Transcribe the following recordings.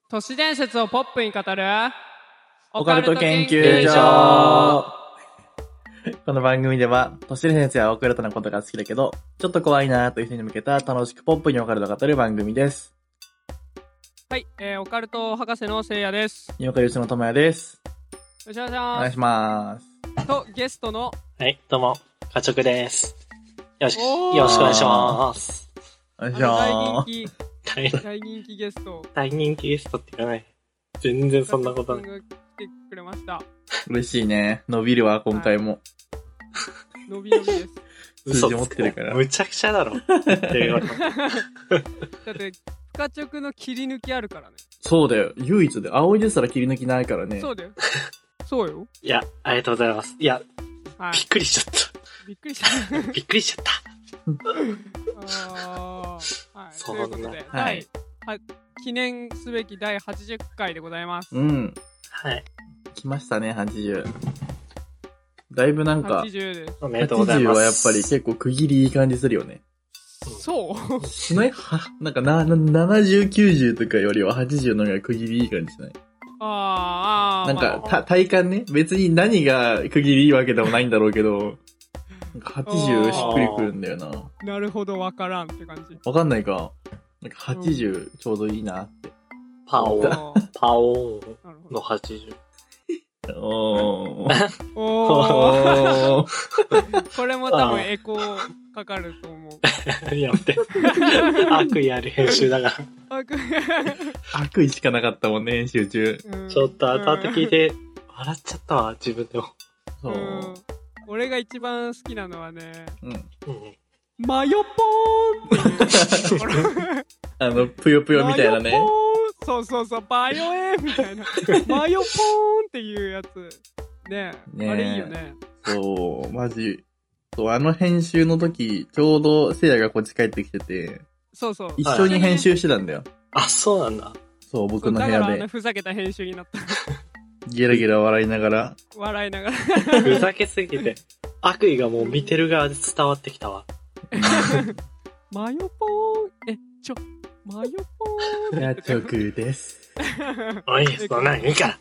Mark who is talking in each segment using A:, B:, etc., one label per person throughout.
A: 都市伝説をポップに語る
B: オカルト研究所。この番組では都市伝説やオカルトなことが好きだけどちょっと怖いなーという人に向けた楽しくポップにオカルトを語る番組です。
A: はい、オカルト博士のせいやです。
B: にわかゆうしのともやです。
A: よろしくお願いし
B: お
A: ます。
B: 願いします。
A: とゲストの
C: はい、どうも課長です。よろしくお願いします。
B: お願いします。
A: 大人気ゲスト。
C: 大人気ゲストって言わない。全然そんなことない。
A: 来てくれました。
B: 嬉しいね。伸びるわ今回も。
A: 伸び伸びです。
B: 数字持ってるから。
C: むちゃくちゃだろ。だって
A: 深直の切り抜きあるからね。
B: そうだよ。唯一で葵ですら切り抜きないからね。
A: そうだよ。そうよ。
C: いや、ありがとうございます。いや、
A: はい、
C: びっくりしちゃった。
A: びっくりしちゃった。
C: びっくりしちゃった。
A: はい。
C: そ
A: ということで、
B: はい。
A: 記念すべき第80回でございます。
B: うん。
C: はい。
B: 来ましたね、80。だいぶなんか、
A: 80です。
C: おめでとうございます。
B: 80はやっぱり結構区切りいい感じするよね。
A: そう
B: しないなんか70、90とかよりは80の方が区切りいい感じしない？なんか、
A: まあ、
B: 体感ね、別に何が区切りいいわけでもないんだろうけど、なんか80しっくりくるんだよな。
A: なるほど、わからんって感じ。
B: わかんないか。なんか80ちょうどいいなって。
C: パオーの80。
B: おー。
A: これも多分エコーかかると思う。
C: やめて。悪意ある編集だから。
B: 悪意しかなかったもんね、編集中。
C: ちょっと後々聞いて、笑っちゃったわ、自分でも。
B: そう。
A: 俺が一番好きなのはね、マヨポーンっていう
B: ぷよぷよみたいなね。
A: そう、バヨエみたいな。マヨポーンっていうやつ。ねえ、あれいいよね。
B: そう、マジ。そう、あの編集の時、ちょうどせいやがこっち帰ってきてて、
A: そう。
B: 一緒に編集してたんだよ。
C: あ、そうなんだ。
B: そう、僕の部屋で。
A: だからふざけた編集になった。
B: ゲラゲラ笑いながら。
C: ふざけすぎて、悪意がもう見てる側で伝わってきたわ。
A: マヨポーン、マヨポーン。
B: いや、直です。
C: おい、そんなんいいから。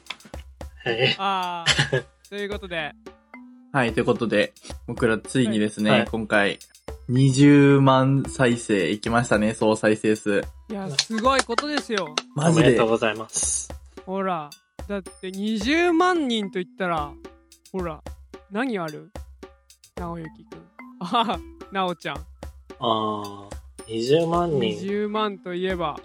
A: ということで。
B: はい、ということで、僕らついにですね、
C: はい、
B: 今回、20万再生いきましたね、総再生数。
A: いや、すごいことですよ。
B: マジで。
C: おめでとうございます。
A: ほら、だって20万人と言ったら、ほら、何ある？なおゆきくん。なおちゃん。
C: 20万人。
A: 20万といえば。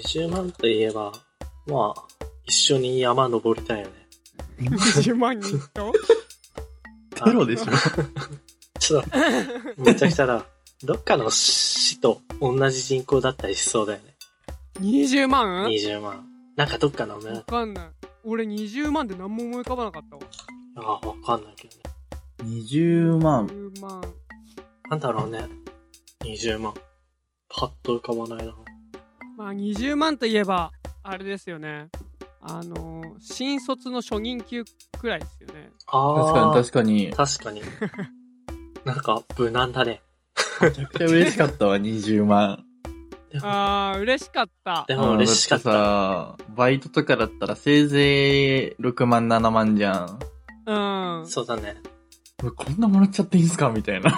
C: まあ、一緒に山登りたいよね。
A: 20万人と
B: テロでしょ
C: ちょっと、めちゃくちゃだ。どっかの市と同じ人口だったりしそうだよね。
A: 20万
C: ?20 万。なんかどっかの
A: わかんない。俺20万で何も思い浮かばなかったわ。
C: わかんないけどね。
B: 20万。
C: なんだろうね。20万。パッと浮かばないな。
A: まあ20万といえば、あれですよね。新卒の初任給くらいですよね。
B: 確かに。
C: なんか、無難だね。
B: めちゃくちゃ嬉しかったわ、20万。
A: 嬉しかった。
C: でも嬉しかった。
B: さ、バイトとかだったらせいぜい6万、7万じゃ
A: ん。
C: そうだね。
B: こんなもらっちゃっていいんすかみたいな。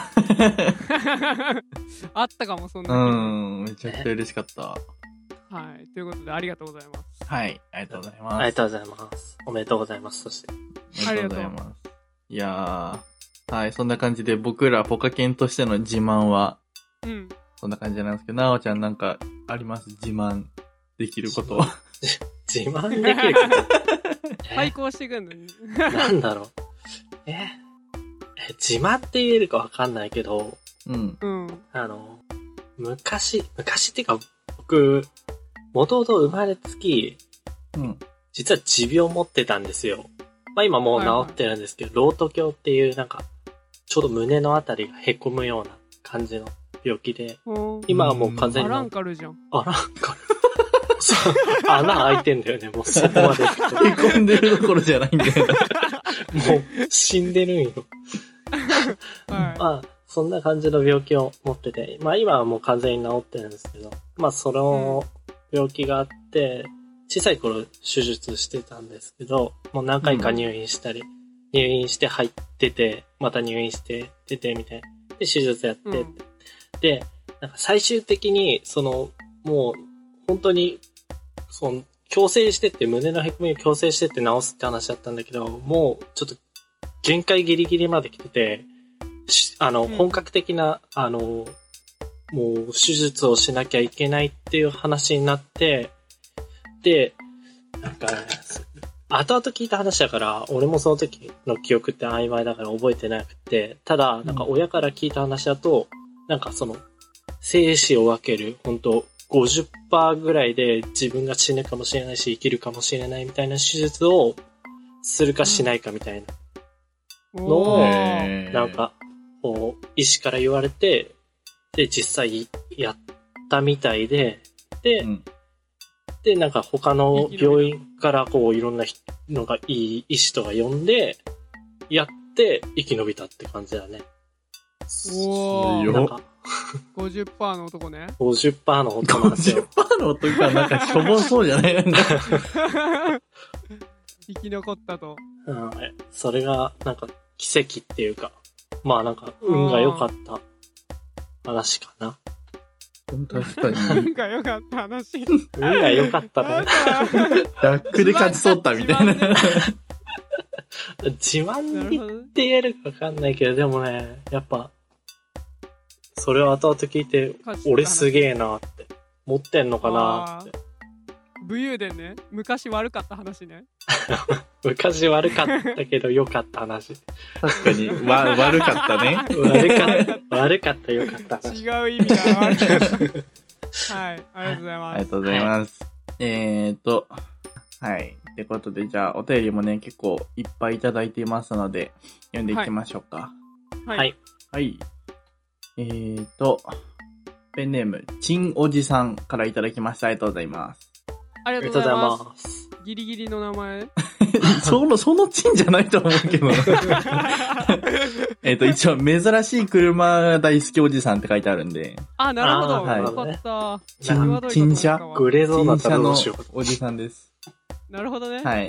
A: あったかも、そんな。
B: めちゃくちゃ嬉しかった。
A: はい。ということで、ありがとうございます。
B: はい。ありがとうございます。
C: ありがとうございます。おめでとうございます。そして。
A: ありがとうござい
B: ます。いやー。はい。そんな感じで僕らポカケンとしての自慢は、そんな感じなんですけど、なおちゃんなんかあります？自慢できること。
C: 自慢できること
A: 対抗してくんのに。
C: なんだろう。自慢って言えるかわかんないけど、昔っていうか、僕、もともと生まれつき、実は持病持ってたんですよ。まあ今もう治ってるんですけど、ロート鏡っていうなんか、ちょうど胸のあたりが凹むような感じの病気で、今はもう完全に。
A: アランカルじゃん。
C: アランカルそう、穴開いてんだよね、もうそこまで。
B: 凹んでるどころじゃないんだよな。
C: もう死んでるんよ。まあ、そんな感じの病気を持ってて、まあ今はもう完全に治ってるんですけど、まあその病気があって、 小さい頃手術してたんですけど、もう何回か入院したり、入院して入ってて、また入院して出てみたいな。で、手術やって、で、なんか最終的に、もう、本当に、矯正してって、胸のへこみを矯正してって治すって話だったんだけど、もう、ちょっと、限界ギリギリまで来てて、本格的な、もう、手術をしなきゃいけないっていう話になって、で、なんか、後々聞いた話だから、俺もその時の記憶って曖昧だから覚えてなくて、ただ、なんか親から聞いた話だと、なんか生死を分ける、本当 50% ぐらいで自分が死ぬかもしれないし、生きるかもしれないみたいな手術をするかしないかみたいなのを、なんか、医師から言われて、で、実際やったみたいで、で、なんか他の病院からいろんなのがいい医師とか呼んで、やって生き延びたって感じだね。
A: おー。
C: なんか
A: 50% の男ね。
C: 50% の男なんですよ。
B: 50% の男はなんかしょぼそうじゃない
A: 生き残ったと。
C: それがなんか奇跡っていうか、まあなんか運が良かった話かな。
B: 確かに。
A: 運が良かった話。
C: 運が良かったね。
B: ラックで勝ち取ったみたいな。
C: 自慢にって言えるか分かんないけど、でもね、やっぱ、それを後々聞いて、俺すげえなって、持ってんのかなって。
A: 武勇伝ね。昔悪かった話ね。
C: 昔悪かったけど良かった話。
B: 確かに、悪かったね。
C: 悪かった良かった話。
A: 違う意味が悪かった。はい、ありがとうございます。
B: ありがとうございます。はい。ってことで、じゃあ、お便りもね、結構いっぱいいただいていますので、読んでいきましょうか。
A: はい。
B: はい。ペンネーム、チンおじさんからいただきました。ありがとうございます。
A: ありがとうございます。ギリギリの名前
B: そのチンじゃないと思うけど。一応、珍しい車大好きおじさんって書いてあるんで。
A: あ、なるほど。
B: はい。
A: よかった。
B: 陳車
C: グレーゾーンだったらどうしよう。
B: おじさんです。
A: なるほどね。
B: はい。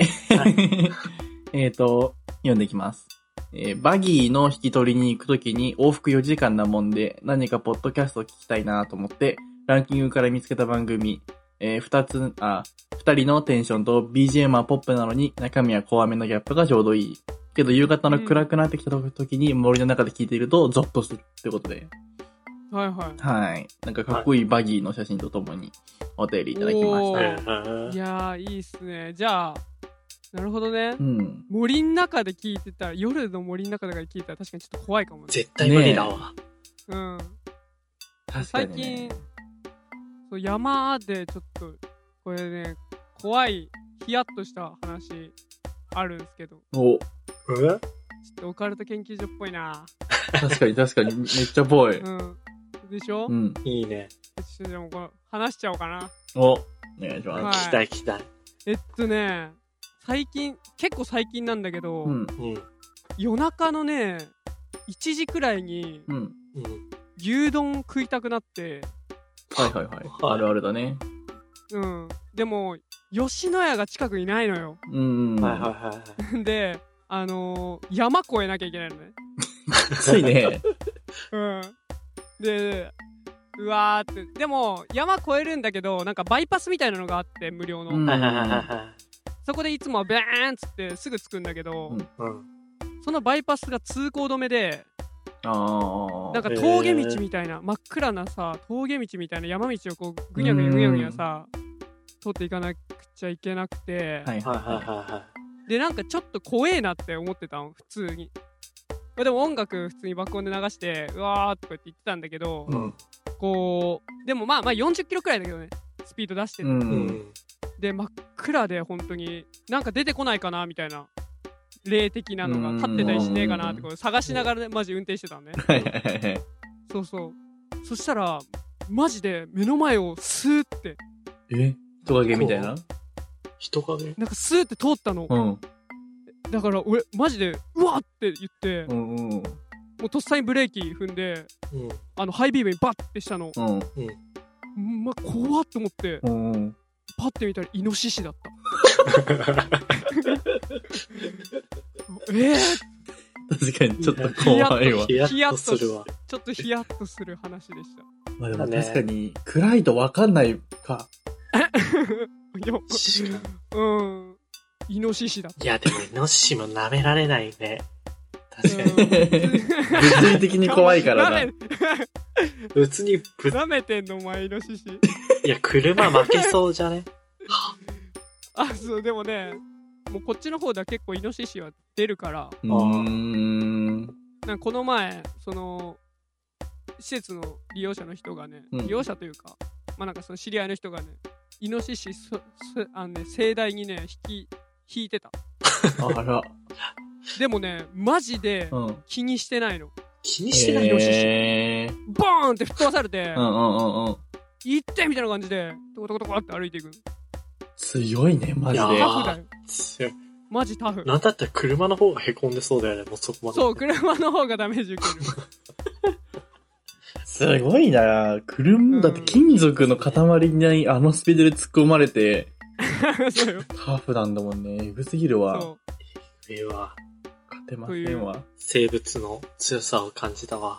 B: 読んでいきます。バギーの引き取りに行くときに往復4時間なもんで何かポッドキャストを聞きたいなと思ってランキングから見つけた番組、二人のテンションと BGM はポップなのに中身は怖めのギャップがちょうどいい。けど夕方の暗くなってきた時に森の中で聞いているとゾッとするってことで。
A: はいはい。
B: はい。なんかかっこいいバギーの写真とともにお便りいただきました。
A: いやー、いいっすね。じゃあ、なるほどね。
B: うん。
A: 森の中で聞いてたら、夜の森の中で聞いたら確かにちょっと怖いかもね。
C: 絶対無理だわ。
A: うん。
B: 確かに、
A: 最近、そう山でちょっと、これね、怖い、ヒヤッとした話あるんですけど。
B: お。
A: ちょっとオカルト研究所っぽいな。
B: 確かに、めっちゃぽい。
A: うん。でしょ？
B: うん。
C: いいね。
A: ちょっとでもこれ、話しちゃおうかな。
B: お願いします。
A: はい、
C: 聞きたい。
A: 結構最近なんだけど、夜中のね、1時くらいに、牛丼食いたくなって。
B: はい。あるあるだね。
A: うん。でも、吉野家が近くにないのよ。
C: はい。
A: で、山越えなきゃいけないのね。
B: きついね。
A: うん。で、うわーって。でも、山越えるんだけど、なんかバイパスみたいなのがあって、無料の。そこでいつもはベーンっつってすぐ着くんだけど、そのバイパスが通行止めで、なんか峠道みたいな、真っ暗なさ、峠道みたいな山道をこう、ぐにゃぐにゃさ、通っていかなくちゃいけなくて、で、なんかちょっと怖えなって思ってたの、普通に。でも音楽普通に爆音で流して、うわーってこうやって言ってたんだけど、こう、でもまあ40キロくらいだけどね、スピード出してて。で、真っ暗で本当に、なんか出てこないかなみたいな、霊的なのが立ってたりしねえかなってこう探しながらね、マジ運転してたのね。そうそう。そしたら、マジで目の前をスーって。
B: 人影みたいな？
C: 人影？
A: なんかスーって通ったの。だから俺、マジで、うわって言って、もうとっさにブレーキ踏んで、ハイビームにバッてしたの。怖っと思って。 パッて見たらイノシシだった。
B: 確かにちょっと怖いわ。
C: ヒヤッとするわ。
A: ちょっとヒヤッとする話でした。
B: まあでも確かに暗いと分かんないか。
A: イノシシだった。
C: いやでもイノシシも舐められないね。確かに。
B: 物理的に怖いからな。
C: 別に
A: 舐めてんのお前イノシシ。
C: いや車負けそうじゃね。
A: そうでもね、もうこっちの方では結構イノシシは出るから。なんかこの前その施設の利用者の人がね、利用者というか、まあなんかその知り合いの人がね、イノシシ盛大にね引いてた。
B: あら。
A: でもね、マジで気にしてないの。
C: 気にしてないイノシ
A: シ。ボーンって吹っ飛ばされて、行ってみたいな感じでトコトコトコって歩いていく。
B: 強いね、マジで。
A: タフだよ。マジタフ。
C: なんだったら車の方が凹んでそうだよね、もうそこまで。
A: そう、車の方がダメージ受ける。
B: すごいな。車、だって金属の塊にあのスピードで突っ込まれて、
A: そうよ。
B: タフなんだもんね。エグすぎるわ。
C: そう。は
B: 勝てませんわ。
C: 生物の強さを感じたわ。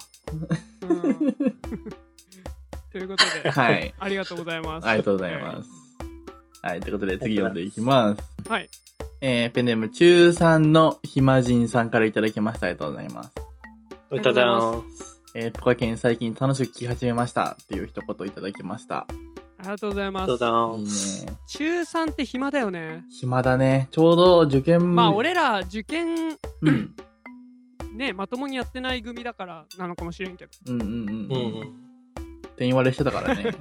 A: ということで、
B: はい。
A: ありがとうございます。
B: ありがとうございます。はい、ということで次読んでいきます。
A: はい。
B: ペンネーム中3の暇人さんからいただきました。ありがとうございます。
C: ありがとうございます。
B: ポカケン最近楽しく聞き始めましたっていう一言いただきました。
A: ありがとうございます。
C: いい
B: ね。
A: 中3って暇だよね。
B: 暇だね。ちょうど受験。
A: まあ俺ら受験、ね、まともにやってない組だからなのかもしれんけど。
B: って言われしてたからね。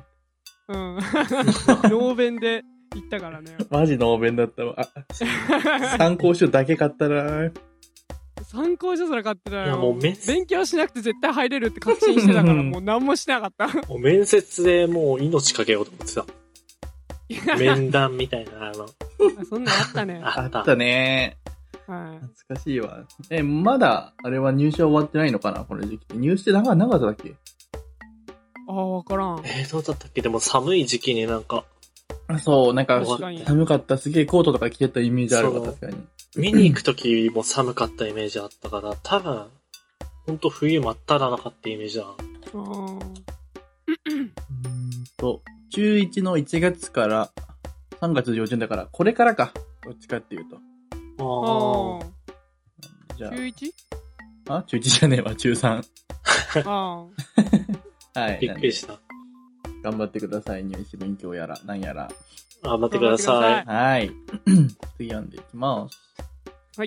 A: ノーベンで行ったからね。
B: マジノーベンだったわ。参考書だけ買ったら。
A: 参考書すら買ってたよ。
C: いやもう勉
A: 強しなくて絶対入れるって確信してたからもう何もしてなかった。
C: もう面接でもう命かけようと思ってた。面談みたいな
A: そんなんあったね。
B: あったね。
A: はい。
B: 懐かしいわ。まだ、あれは入試は終わってないのかなこの時期。入試って長かったっけ？
A: わからん。
C: どうだったっけ？でも寒い時期になんか。
B: そう、なんか寒かった。すげえコートとか着てたイメージあるわ、確かに。
C: 見に行くときも寒かったイメージあったから、多分、ほんと冬真っ只中ってイメージだな。
B: 中1の1月から3月上旬だから、これからか。どっちかっていうと。
A: じゃあ。中 1？
B: 中1じゃねえわ、中3。はい。
C: びっくりした。
B: 頑張ってください、入試勉強やら、なんやら。
C: 頑張ってください。
B: はい。次読んでいきます。
A: はい。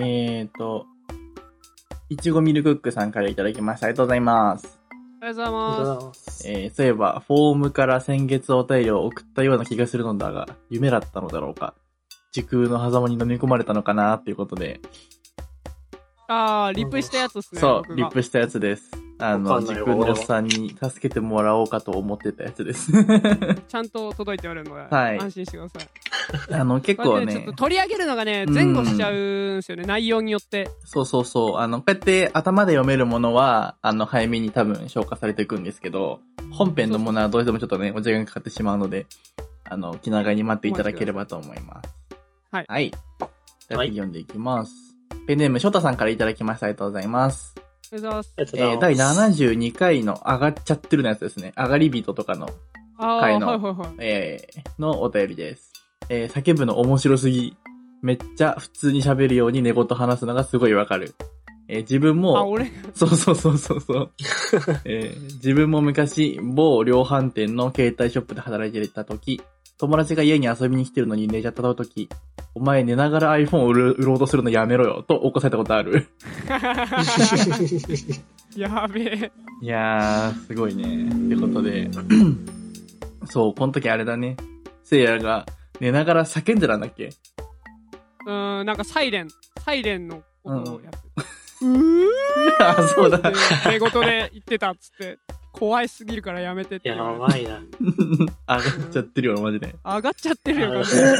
B: いちごミルクックさんからいただきました。ありがとうございます。
A: ありがとうございます。
B: そういえば、フォームから先月お便りを送ったような気がするのだが、夢だったのだろうか。時空の狭間に飲み込まれたのかなっていうことで。
A: リップしたやつっすね。
B: そう、リップしたやつです。時空のおっさんに助けてもらおうかと思ってたやつです。
A: ちゃんと届いておるので、安心してください。結構ね、ちょっと取り上げるのがね、前後しちゃうんすよね、内容によって。そう。
B: こうやって頭で読めるものは、早めに多分消化されていくんですけど、本編のものはどうしてもちょっとね、お時間がかかってしまうので、気長に待っていただければと思います。はい。じゃあ次読んでいきます。ペンネーム、ショタさんからいただきました。ありがとうございます。
A: ありがとうございます。
B: 第72回の上がっちゃってるのやつですね。上がり人とかの回の、のお便りです。叫ぶの面白すぎ。めっちゃ普通に喋るように寝言話すのがすごいわかる。自分も、そう。自分も昔、某量販店の携帯ショップで働いていた時、友達が家に遊びに来てるのに寝ちゃった時、お前寝ながら iPhone を売ろうとするのやめろよ、と起こされたことある。
A: やべえ。
B: いやー、すごいね。ってことで、そう、この時あれだね。せいやが寝ながら叫んでたんだっけ？
A: なんかサイレンの音をやってた。
B: そうだ。
A: 寝言で言ってたっつって。怖いすぎるからやめてって。
C: やばいな。
B: 上がっちゃってるよ、マジで。
A: 上がっちゃってるよ、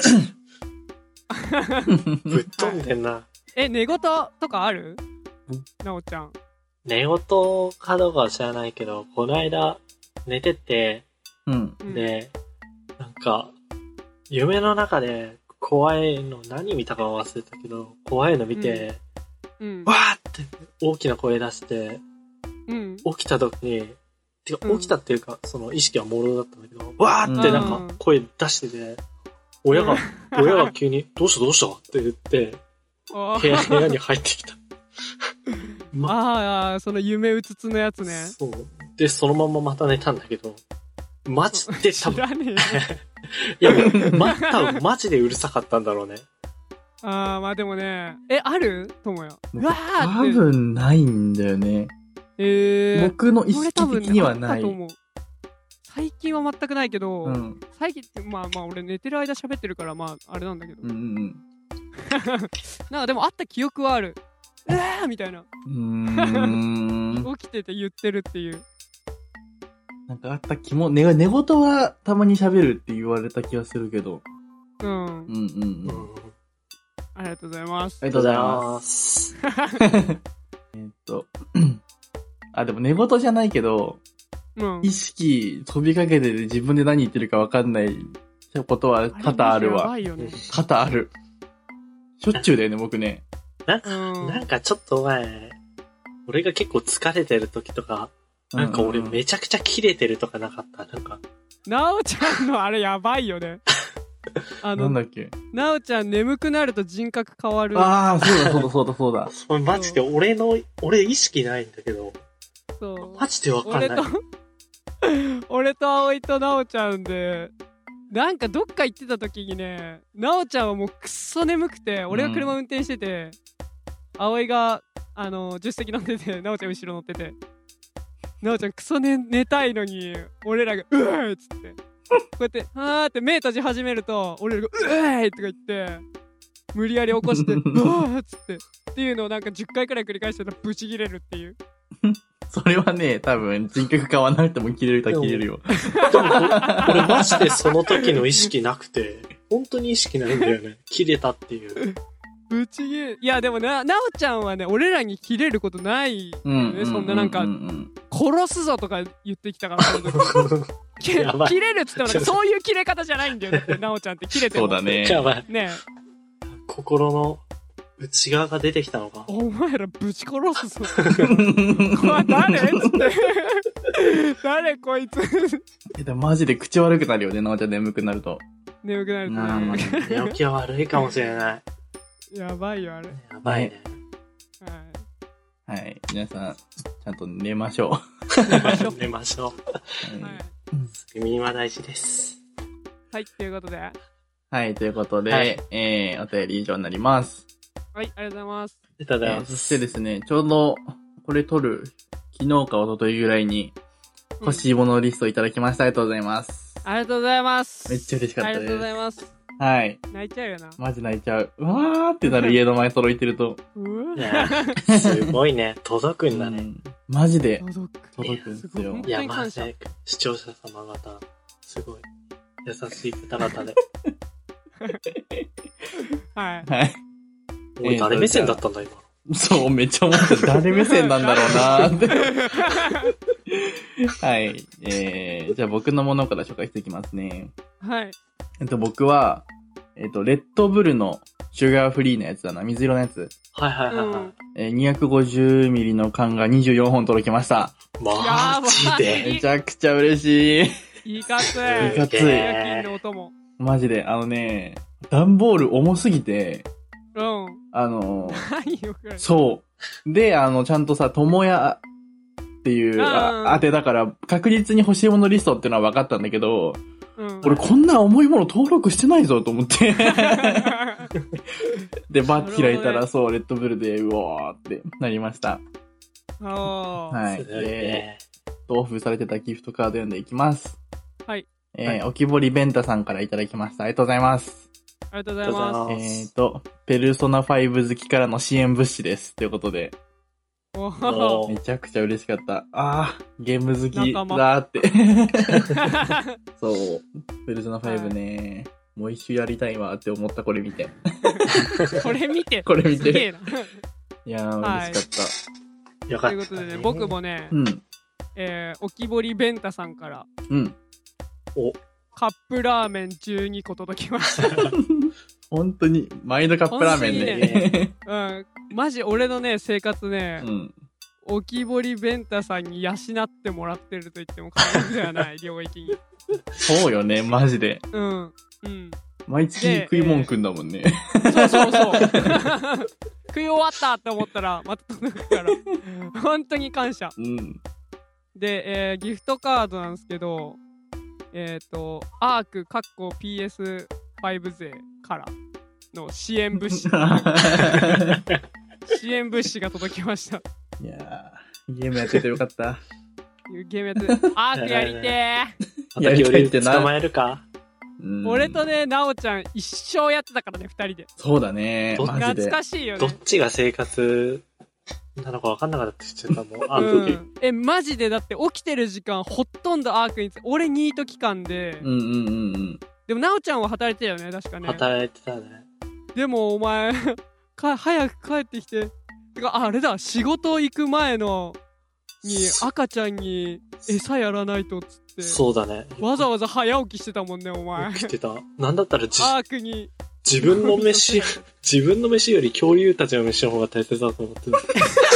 C: ぶっ飛んでんな。
A: 寝言とかある？なおちゃん。
C: 寝言かどうかは知らないけど、この間寝てて、で、なんか、 夢の中で怖いの何見たか忘れたけど、怖いの見て、わーって大きな声出して、起きた時に、起きたっていうか、その意識は朦朧だったんだけど、わーってなんか声出してて、親が急に、どうしたって言って、部屋に入ってきた。
A: ああ、その夢うつつのやつね。
C: そう。で、そのまままた寝たんだけど、マジで多分。知らねえ。いや、多分マジでうるさかったんだろうね。
A: ああ、まあでもね、あるともよ。うわ
B: ーって。多分ないんだよね。僕の意識的にはない。
A: 最近は全くないけど、最近ってまあ俺寝てる間喋ってるからまああれなんだけど。なんかでもあった記憶はある。みたいな。起きてて言ってるっていう。
B: なんかあった気も、寝言はたまに喋るって言われた気がするけど。
A: ありがとうございます。
C: ありがとうございます。
B: でも寝言じゃないけど、意識飛びかけて自分で何言ってるか分かんないことは多々あるわ。多々ある。しょっちゅうだよね、僕ね。
C: なんかちょっと前、俺が結構疲れてる時とか、なんか俺めちゃくちゃキレてるとかなかった。なんか。
A: なおちゃんのあれやばいよね。
B: なんだっけ。
A: なおちゃん眠くなると人格変わる。
B: ああ、そうだ。
C: それマジで俺意識ないんだけど。そう。マジでわかんない。
A: 俺と葵となおちゃんで、なんかどっか行ってた時にね、なおちゃんはもうくっそ眠くて、俺が車運転してて、葵が、助手席乗ってて、なおちゃん後ろ乗ってて、なおちゃんくそ寝たいのに、俺らが、うーいっつって、こうやって、はーって目閉じ始めると、俺らが、うーいとか言って、無理やり起こして、うーっつって、っていうのをなんか10回くらい繰り返してたらブチ切れるっていう。
B: それはね、多分人格変わらなくても切れる人は切れるよ。
C: でも俺マジでその時の意識なくて、本当に意識ないんだよね。切れたっていう。
A: ぶち切れ、いやでもなおちゃんはね、俺らに切れることないよね。そんななんか、殺すぞとか言ってきたから、その時。切れるっつってもなんかそういう切れ方じゃないんだよね。なおちゃんって切れてる。
B: そうだね。
A: ね
C: 心の内側が出てきたのか。
A: お前らぶち殺すぞ。誰っつって。誰こいつ。
B: でもマジで口悪くなるよね、なおちゃん眠くなると。
A: 眠くなると
C: ね。寝起きは悪いかもしれない。
A: やばいよ、あれ。
C: やばいね。
B: はい。皆さん、ちゃんと寝ましょ
C: う。寝ましょう。睡眠は大事です。
A: はい、ということで。
B: はい、ということで、お便り以上になります。
A: はい、ありがとうございます。
C: ありがとうございます。
B: そしてですね、ちょうど、これ撮る、昨日か一昨日ぐらいに、欲しいものリストいただきました。ありがとうございます。
A: ありがとうございます。
B: めっちゃ嬉しかったです。
A: ありがとうございます。
B: はい。
A: 泣いちゃうよな。
B: マジ泣いちゃう。うわーってなる家の前揃えてると。
C: すごいね。届くんだね。
B: マジで。届くんですよ。
C: いや、マジで、視聴者様方、すごい。優しい方々で。
A: はい。
B: はい。
C: 俺誰目線だったんだ、今。
B: そう、めっちゃ思った。誰目線なんだろうなーって。はい。じゃあ僕のものから紹介していきますね。
A: はい。
B: 僕は、レッドブルのシュガーフリーのやつだな。水色のやつ。
C: はい。
B: 250ミリの缶が24本届きました。
C: マジで
B: めちゃくちゃ嬉しい。
A: いかつい。
B: いかつい。
A: 夜勤の音も。
B: マジで、段ボール重すぎて、そう。で、ちゃんとさ、ともやっていう当てだから、確実に欲しいものリストっていうのは分かったんだけど、俺こんな重いもの登録してないぞと思って。で、バッて開いたら、そう、レッドブルで、うわーってなりました。はい。で、同封されてたギフトカード読んでいきます。
A: はい。
B: おきぼりベンタさんからいただきました。ありがとうございます。
A: ありがとうございます。
B: ペルソナ5好きからの支援物資です。ということで。めちゃくちゃ嬉しかった。ゲーム好きだーって。そう。ペルソナ5ね、もう一周やりたいわって思った、これ見て。
A: これ見て。
B: これ見て。
A: すげえな。
B: いやー、嬉しかっ
C: た。よかった。
A: ということでね、僕もね、おきぼりベンタさんから、 カップラーメン12個届きました。
B: 本当に、毎度カップラーメンね。
A: うん。マジ俺のね、生活ね、おきぼりベンタさんに養ってもらってると言っても過言ではない領域に。
B: そうよね、マジで。
A: うん。
B: 毎月食いもんくんだもんね。
A: そう。食い終わったって思ったら、また届くから。本当に感謝。で、ギフトカードなんですけど、アーク(PS5 勢からの支援物資。支援物資が届きました。
B: いやー、ゲームやっててよかった。
A: ゲームやってて、アークやりて
C: ー。やりたいって捕まえるか。
A: 俺とね、なおちゃん一生やってたからね、二人で。
B: そうだね。
A: 懐かしいよね。
C: どっちが生活なのか分かんなかったって言ってたもん、あの時。
A: マジでだって起きてる時間ほとんどアークに、俺ニート期間で。でもなおちゃんは働いてたよね、確かね。
C: 働いてたね。
A: でもお前、早く帰ってきて。てか、あれだ、仕事行く前の、赤ちゃんに餌やらないとっつって。
C: そうだね。
A: わざわざ早起きしてたもんね、お前。
C: 起きてた。なんだったら
A: アークに。
C: 自分の飯より恐竜たちの飯の方が大切だと思ってる。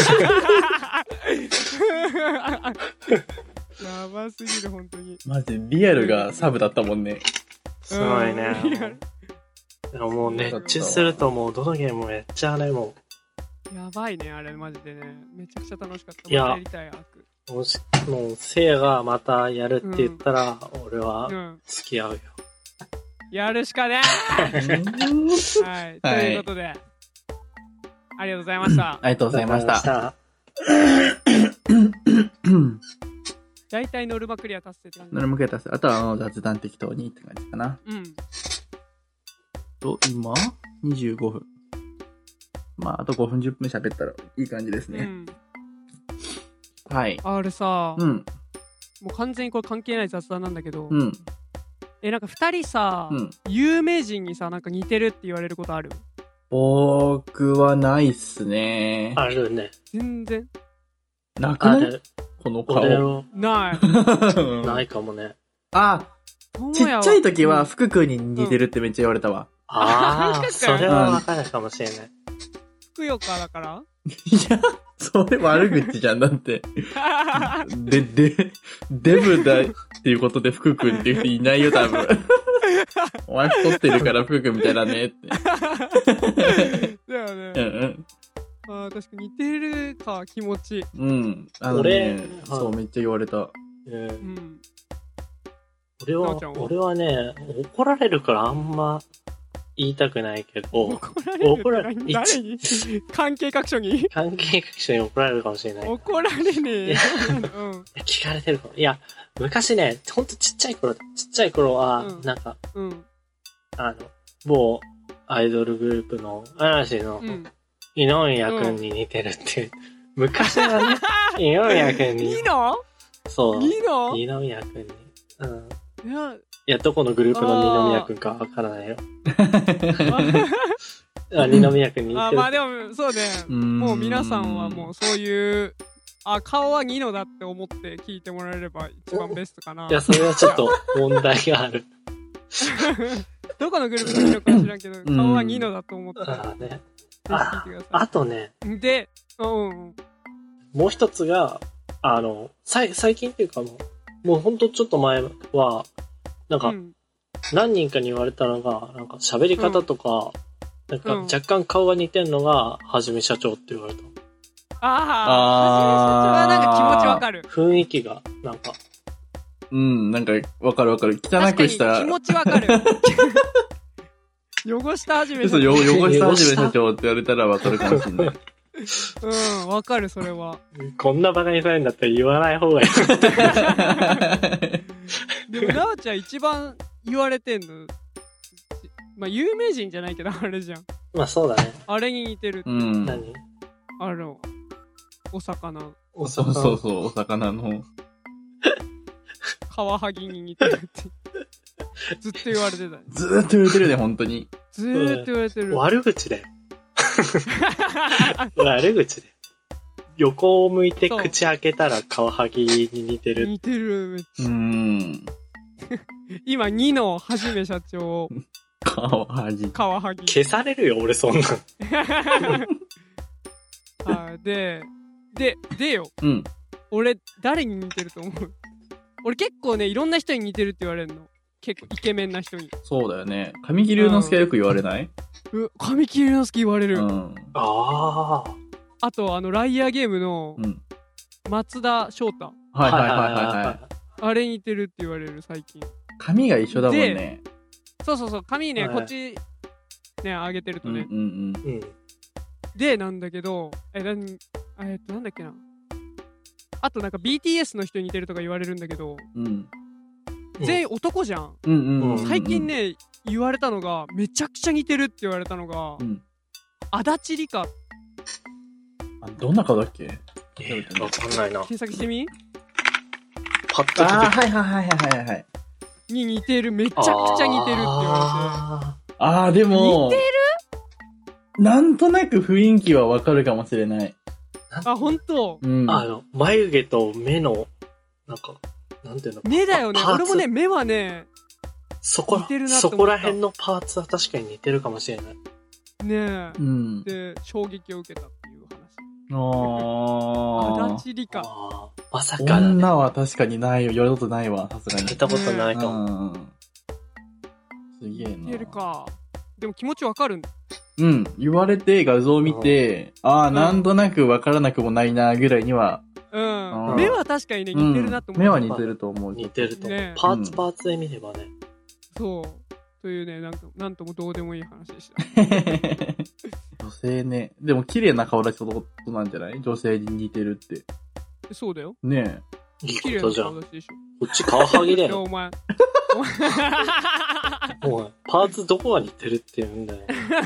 A: やばすぎる、本当に。
B: マジでリアルがサブだったもんね。
C: すごいね。でももう熱中するともうどのゲームもやっちゃうね、も
A: う。やばいね、あれマジでね。めちゃくちゃ楽しかった。
C: いや、
A: やりたい、アーク。
C: もう、せいやがまたやるって言ったら、俺は付き合うよ。
A: やるしかねーはい。ということで、ありがとうございました。
B: ありがとうございました。
A: 大体ノルマクリア達成って感じ。
B: ノルマクリア達成。あとは雑談適当にって感じかな。今 ?25 分。まあ、あと5分10分喋ったらいい感じですね。はい。
A: あれさ、もう完全にこれ関係ない雑談なんだけど、なんか二人さ、有名人にさ、なんか似てるって言われることある？
B: 僕はないっすね。
C: あるね。
A: 全然。
B: なくない？この顔。
A: ない。
C: ないかもね。
B: ちっちゃい時は福君に似てるってめっちゃ言われたわ。
C: それはわかるかもしれない。
A: ふくよかだから？
B: いや、それ悪口じゃん。だって。デブだっていうことで福君っていう人いないよ、多分。お前太ってるから福君みたいだねって。
A: だよね。確かに似てるか、気持ち。
B: そう、めっちゃ言われた。
C: 俺はね、怒られるからあんま言いたくないけど、
A: 怒られる誰に？関係各所に？
C: 関係各所に怒られるかもしれない。
A: 怒られねえ。
C: 聞かれてるかも。いや、昔ね、ほんとちっちゃい頃は、なんか、某アイドルグループの嵐の井上くんに似てるって、昔はね、井上くんに。
A: いいの？
C: そう。
A: いいの？
C: 井上くんに。いや、どこのグループの二宮くんかわからないよ。二宮くんに似てる。
A: まあでも、そうね。もう皆さんはもうそういう、顔はニノだって思って聞いてもらえれば一番ベストかな。
C: いや、それはちょっと問題がある。
A: どこのグループのニノか知らんけど、顔はニノだと思って。
C: あとね。
A: で、
C: もう一つが、最近っていうかもうほんとちょっと前は、なんか、何人かに言われたのが、なんか喋り方とか、なんか若干顔が似てんのが、はじめ社長って言われた。
A: はじめ社長はなんか気持ちわかる。
C: 雰囲気が、なんか。
B: なんか、わかる。汚くした。
A: 気持ちわかる。汚したはじめ社長。
B: 汚したはじめ社長って言われたらわかるかもしれない。
A: わかる、それは。
C: こんなバカにされるんだったら言わない方がいい。
A: でも、なおちゃん一番言われてんの、まあ、有名人じゃないけど、あれじゃん。
C: まあ、そうだね。
A: あれに似てるって。
C: 何？
A: お魚。
B: そう、お魚の。
A: カワハギに似てるって。ずっと言われてた。
B: ずーっと言われてるね、本当に。
A: ずーっと言われてる。
C: 悪口だよ。悪口で。横を向いて口開けたらカワハギに似てる。
A: 似てる。 今2のはじめ社長
B: カワハギ。
C: 消されるよ、俺そんなん。
A: でよ。
B: うん。
A: 俺、誰に似てると思う？俺結構ね、いろんな人に似てるって言われるの。結構イケメンな人に。
B: そうだよね。神木隆之介はよく言われない？
A: 神木隆之介言われる。
C: あ
A: と、ライアーゲームの、松田翔太。
B: はい。
A: あれ似てるって言われる、最近。
B: 髪が一緒だもんね。
A: そう、髪ね、こっち、ね、上げてるとね。
C: うん。
A: で、なんだけど、なんだっけな。あとなんか BTS の人に似てるとか言われるんだけど、全員男じゃん。最近ね、言われたのが、めちゃくちゃ似てるって言われたのが、足立梨花。
B: どんな顔だっけ？
C: わかんないな。
A: 検索してみ？
C: パッと出て
B: はい。
A: に似てる、めちゃくちゃ似てるって言わ
B: れて。でも、似てる？なんとなく雰囲気はわかるかもしれない。
A: ほんと？
C: 眉毛と目の、なんか、なんていうの？
A: 目だよね。俺もね、目はね、
C: そこら辺のパーツは確かに似てるかもしれない。
A: ねえ。で、衝撃を受けたっていう話。足立梨花。
C: まさか。
B: 女は確かにないよ。言われたことないわ、さすがに。
C: 言ったことないかも。
B: すげえな。
A: 似てるか。でも気持ちわかるんだ。
B: 言われて画像を見て、なんとなくわからなくもないな、ぐらいには。
A: 目は確かにね、似てるなと思う。
B: 目は似てると思う。
C: 似てると思う。パーツで見ればね。
A: そう。というね、なんともどうでもいい話でした。
B: 女性ね。でも綺麗な顔立ちのことなんじゃない？女性に似てるって。
A: そうだよ。
B: ね
C: え。いいことじゃん。こ
A: っ
C: ちカワハギだよ。
A: お前。
C: おい、パーツどこが似てるって言うんだよ。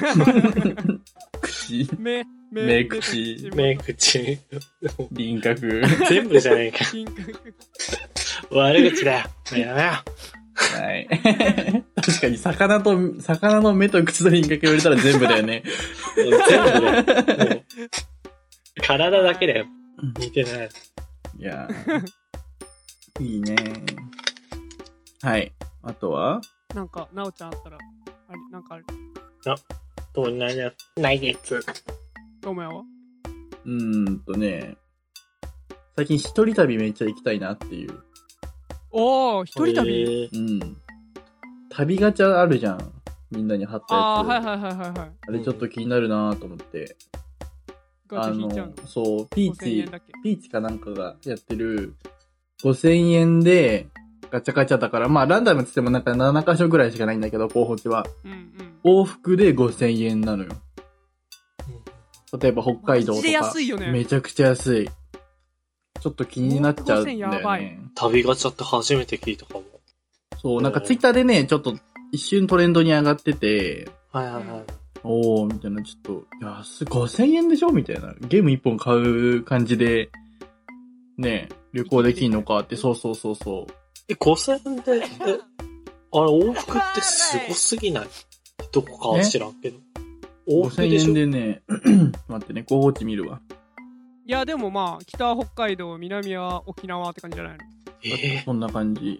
B: 口。
A: 目、
B: 口。輪郭。
C: 全部じゃねえか。悪口だよ。やめよ。
B: はい。確かに、魚の目と口と輪郭言われたら全部だよね。
C: 全部だよ。体だけだよ。似てない。
B: いやー。いいね。はい。あとは
A: なんか、なおちゃんあったら、なんかある？
C: どんなやつないです。
A: ともやは？
B: ね。最近一人旅めっちゃ行きたいなっていう。
A: 一人旅？
B: 旅ガチャあるじゃん。みんなに貼ったやつ。
A: はい。
B: あれちょっと気になるなと思って。
A: ガチャ引いちゃうの？
B: そう、ピーチかなんかがやってる5000円でガチャガチャだから、まあランダムって言ってもなんか7箇所ぐらいしかないんだけど、候補地は。往復で5000円なのよ。例えば北海道とか。
A: 安いよね。
B: めちゃくちゃ安い。ちょっと気になっちゃうんだよね。
C: 旅ガチャって初めて聞いたかも。
B: そう、なんかツイッターでね、ちょっと一瞬トレンドに上がってて、おー、みたいな、ちょっと、5000円でしょみたいな。ゲーム1本買う感じで、ね、旅行できんのかって、そう。
C: 5000円で、あれ往復ってすごすぎない？どこかは知らんけど。往復でしょ？
B: 5000 円でね、待ってね、候補地見るわ。
A: いや、でもまあ、北は北海道、南は沖縄って感じじゃないの？
B: そんな感じ。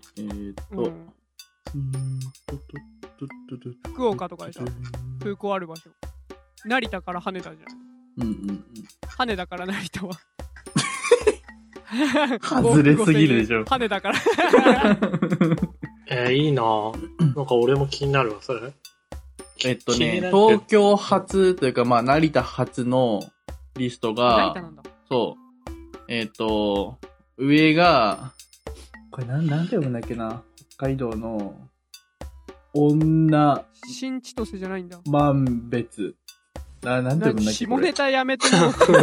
A: 福岡とかでしょ？空港ある場所。成田から羽田じゃない？羽田から成田は。
B: 外れすぎるでしょ。
A: 羽田から。
C: いいなぁ。なんか俺も気になるわ、それ。
B: 東京発というか、まあ、成田発のリストが、
A: 成田なんだ。
B: そう。上が、これなんて読むんだっけな。北海道の、女。
A: 新千歳じゃないんだ。
B: 満別。なんて読むんだっけ。
A: 下ネタやめても。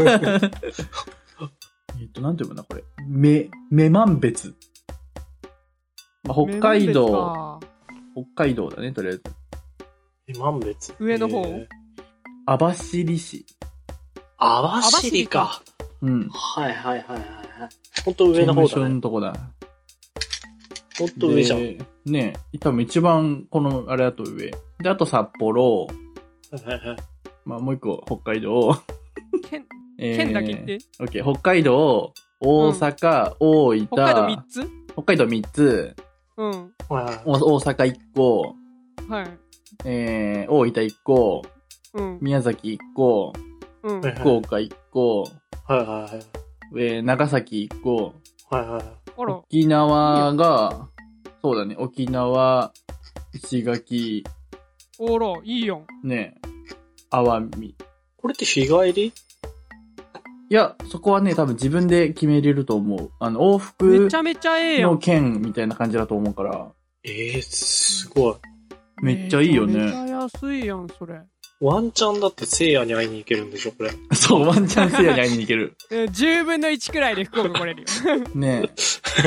B: なんて読むんだこれ。女満別。まあ、北海道だね、とりあえず。
C: 女満別。
A: 上の方？
B: 網走市。
C: 網走か。はい。ほんと上の方だね。
B: 刑務所のとこだ。
C: ほんと上じゃん。
B: ね多分一番このあれだと上。で、あと札幌。まあもう一個北海道。
A: 県だけ言って。
B: オッケー。北海道、大阪、大分。
A: 北海道3つ？
B: 北海道3つ。
A: うん。
C: はい
B: 大阪1個、
A: はい。
B: 大分1個、
A: うん。
B: 宮崎1個、
A: うん。
B: 福岡1個、
C: はいはいはい。
B: 長崎1個、
C: はいはい。
A: あら。
B: 沖縄が、そうだね、沖縄、石垣、
A: あら、いいやん。
B: ね、奄美。
C: これって日帰り？
B: いや、そこはね、多分自分で決めれると思う。往復
A: めちゃめちゃええや
B: の
A: ん。
B: 券みたいな感じだと思うから。
C: すごい。
B: めっちゃいいよね。
A: めちゃめちゃ安いやん、それ。
C: ワンチャンだって聖夜に会いに行けるんでしょ、これ。
B: そう、ワンチャン聖夜に会いに行ける。
A: 10分の1くらいで福岡来れるよ。
B: ねえ。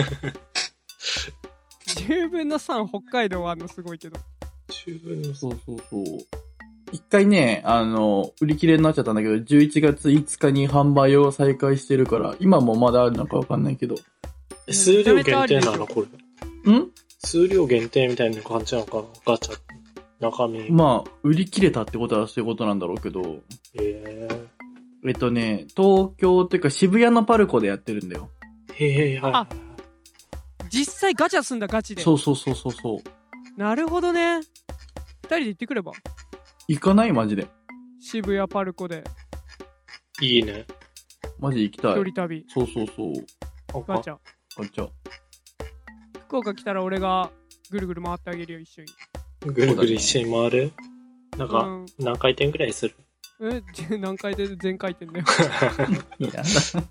A: 10分の3北海道はあんのすごいけど。
C: 10分の3。
B: そうそうそう。一回ね、売り切れになっちゃったんだけど、11月5日に販売を再開してるから、今もまだあるのかわかんないけど。
C: 数量限定なのこれ。
B: ん？
C: 数量限定みたいな感じなのかなガチャ。中身。
B: まあ、売り切れたってことはそういうことなんだろうけど。東京っていうか渋谷のパルコでやってるんだよ。
C: へえ、はい。
A: あ、実際ガチャすんだ、ガチで。
B: そうそうそうそうそう。
A: なるほどね。2人で行ってくれば。
B: 行かないマジで。
A: 渋谷パルコで。
C: いいね。
B: マジ行きたい。
A: 一人旅。
B: そうそうそう。
A: ガチャ。
B: ガチャ。
A: 福岡来たら俺がぐるぐる回ってあげるよ、一緒に。
C: ぐるぐる一緒に回る？なんか、何回転くらいする？
A: 何回転で全回転だよ。
B: いや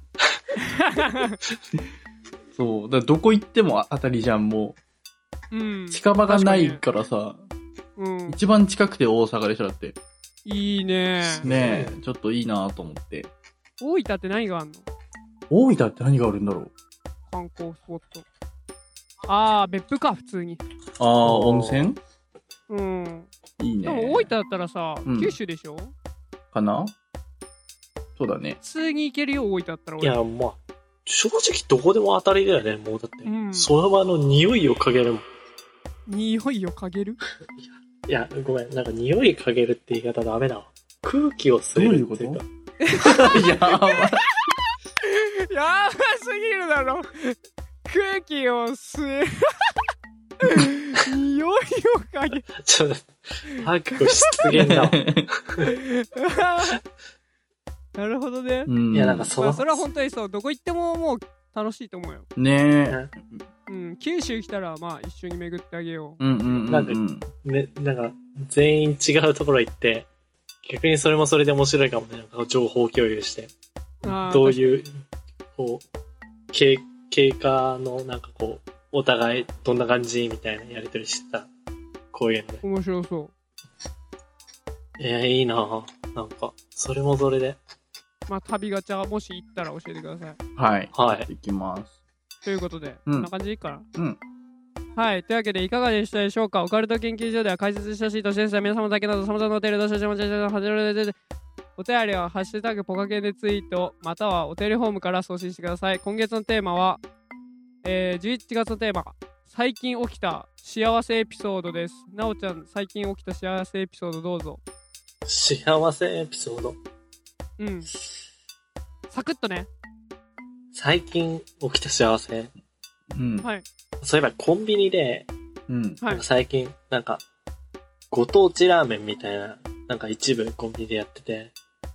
B: そう。だからどこ行っても当たりじゃん、もう。うん。近場がないからさ。うん。一番近くて大阪でしょ、だって。
A: いいね。
B: ねえ、ちょっといいなと思って。
A: 大分って何があんの？
B: 大分って何があるんだろう？
A: 観光スポット。あー、別府か、普通に。
B: あー、温泉？
A: うん。
B: いいね。
A: でも大分だったらさ、九州でしょ？
B: かな？そうだね。
A: 普通に行けるよ、大分だったら俺。
C: いや、まあ、正直どこでも当たりだよね、もうだって。その場の匂いを嗅げるもん。
A: 匂いを嗅げる？
C: いや、ごめん、なんか匂い嗅げるって言い方ダメだわ。空気を吸えるっていうか。
B: どういうこと？やばい。
A: やばすぎるだろ。空気を吸える。匂いを嗅げる。
C: ちょっと、結構失言だわ。
A: なるほどね。
C: いや、なんか
A: それは本当にそう。どこ行ってももう楽しいと思うよ。
B: ねえ。
A: うん、九州来たらまあ一緒に巡ってあげよ
B: う。なんか、
C: ね、なんか全員違うところ行って、逆にそれもそれで面白いかもね。なんか情報共有して。どういう、こう、経過のなんかこう、お互いどんな感じみたいなやりとりしてた。こういうのね。
A: 面白そう。
C: いいなぁ。なんか、それもそれで。
A: まあ、旅ガチャもし行ったら教えてください。
B: はい。
C: はい。
B: 行きます。
A: ということで、こんな感じでいいかな。
B: うん。
A: はい。というわけで、いかがでしたでしょうか？オカルト研究所では解説したシート、先生、皆様だけなど様々なお便りをどしどしお待ちしております。お便りはハッシュタグポカケでツイート、またはお便りフォームから送信してください。今月のテーマは、11月のテーマ、最近起きた幸せエピソードです。なおちゃん、最近起きた幸せエピソードどうぞ。
C: 幸せエピソード？
A: うん。サクッとね。
C: 最近起きた幸せ？
B: うん。
A: はい。
C: そういえばコンビニで、
B: うん。
A: はい。
C: 最近、なんか、ご当地ラーメンみたいな、なんか一部コンビニでやってて、
B: うん。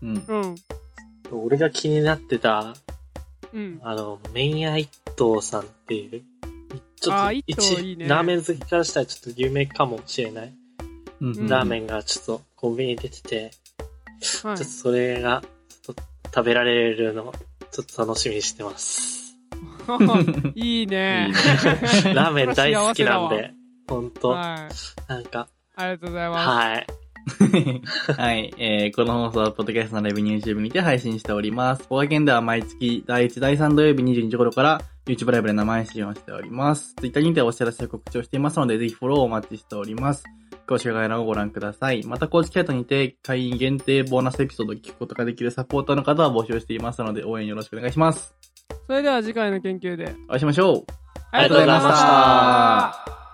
C: 俺が気になってた、
A: うん。
C: 麺屋一頭さんっていう、ちょっと
A: いいね、
C: ラーメン好きからしたらちょっと有名かもしれない。
B: うん。
C: ラーメンがちょっとコンビニに出てて、
A: はい、
C: ちょっとそれが、ちょっと食べられるの、ちょっと楽しみにしてます。
A: いいね。
C: ラーメン大好きなんで、ほんと。
A: はい。
C: なんか。
A: ありがとうございます。
C: はい。
B: はい。この放送は、ポッドキャストのライブに YouTube にて配信しております。ポカケンでは毎月第1、第3土曜日22時頃から YouTube ライブで生配信をしております。Twitter にてお知らせや告知をしていますので、ぜひフォローをお待ちしております。詳しく概要欄をご覧ください。また、公式サイトにて会員限定ボーナスエピソードを聞くことができるサポーターの方は募集していますので、応援よろしくお願いします。
A: それでは次回の研究で
B: お会いしましょう。
A: ありがとうございました。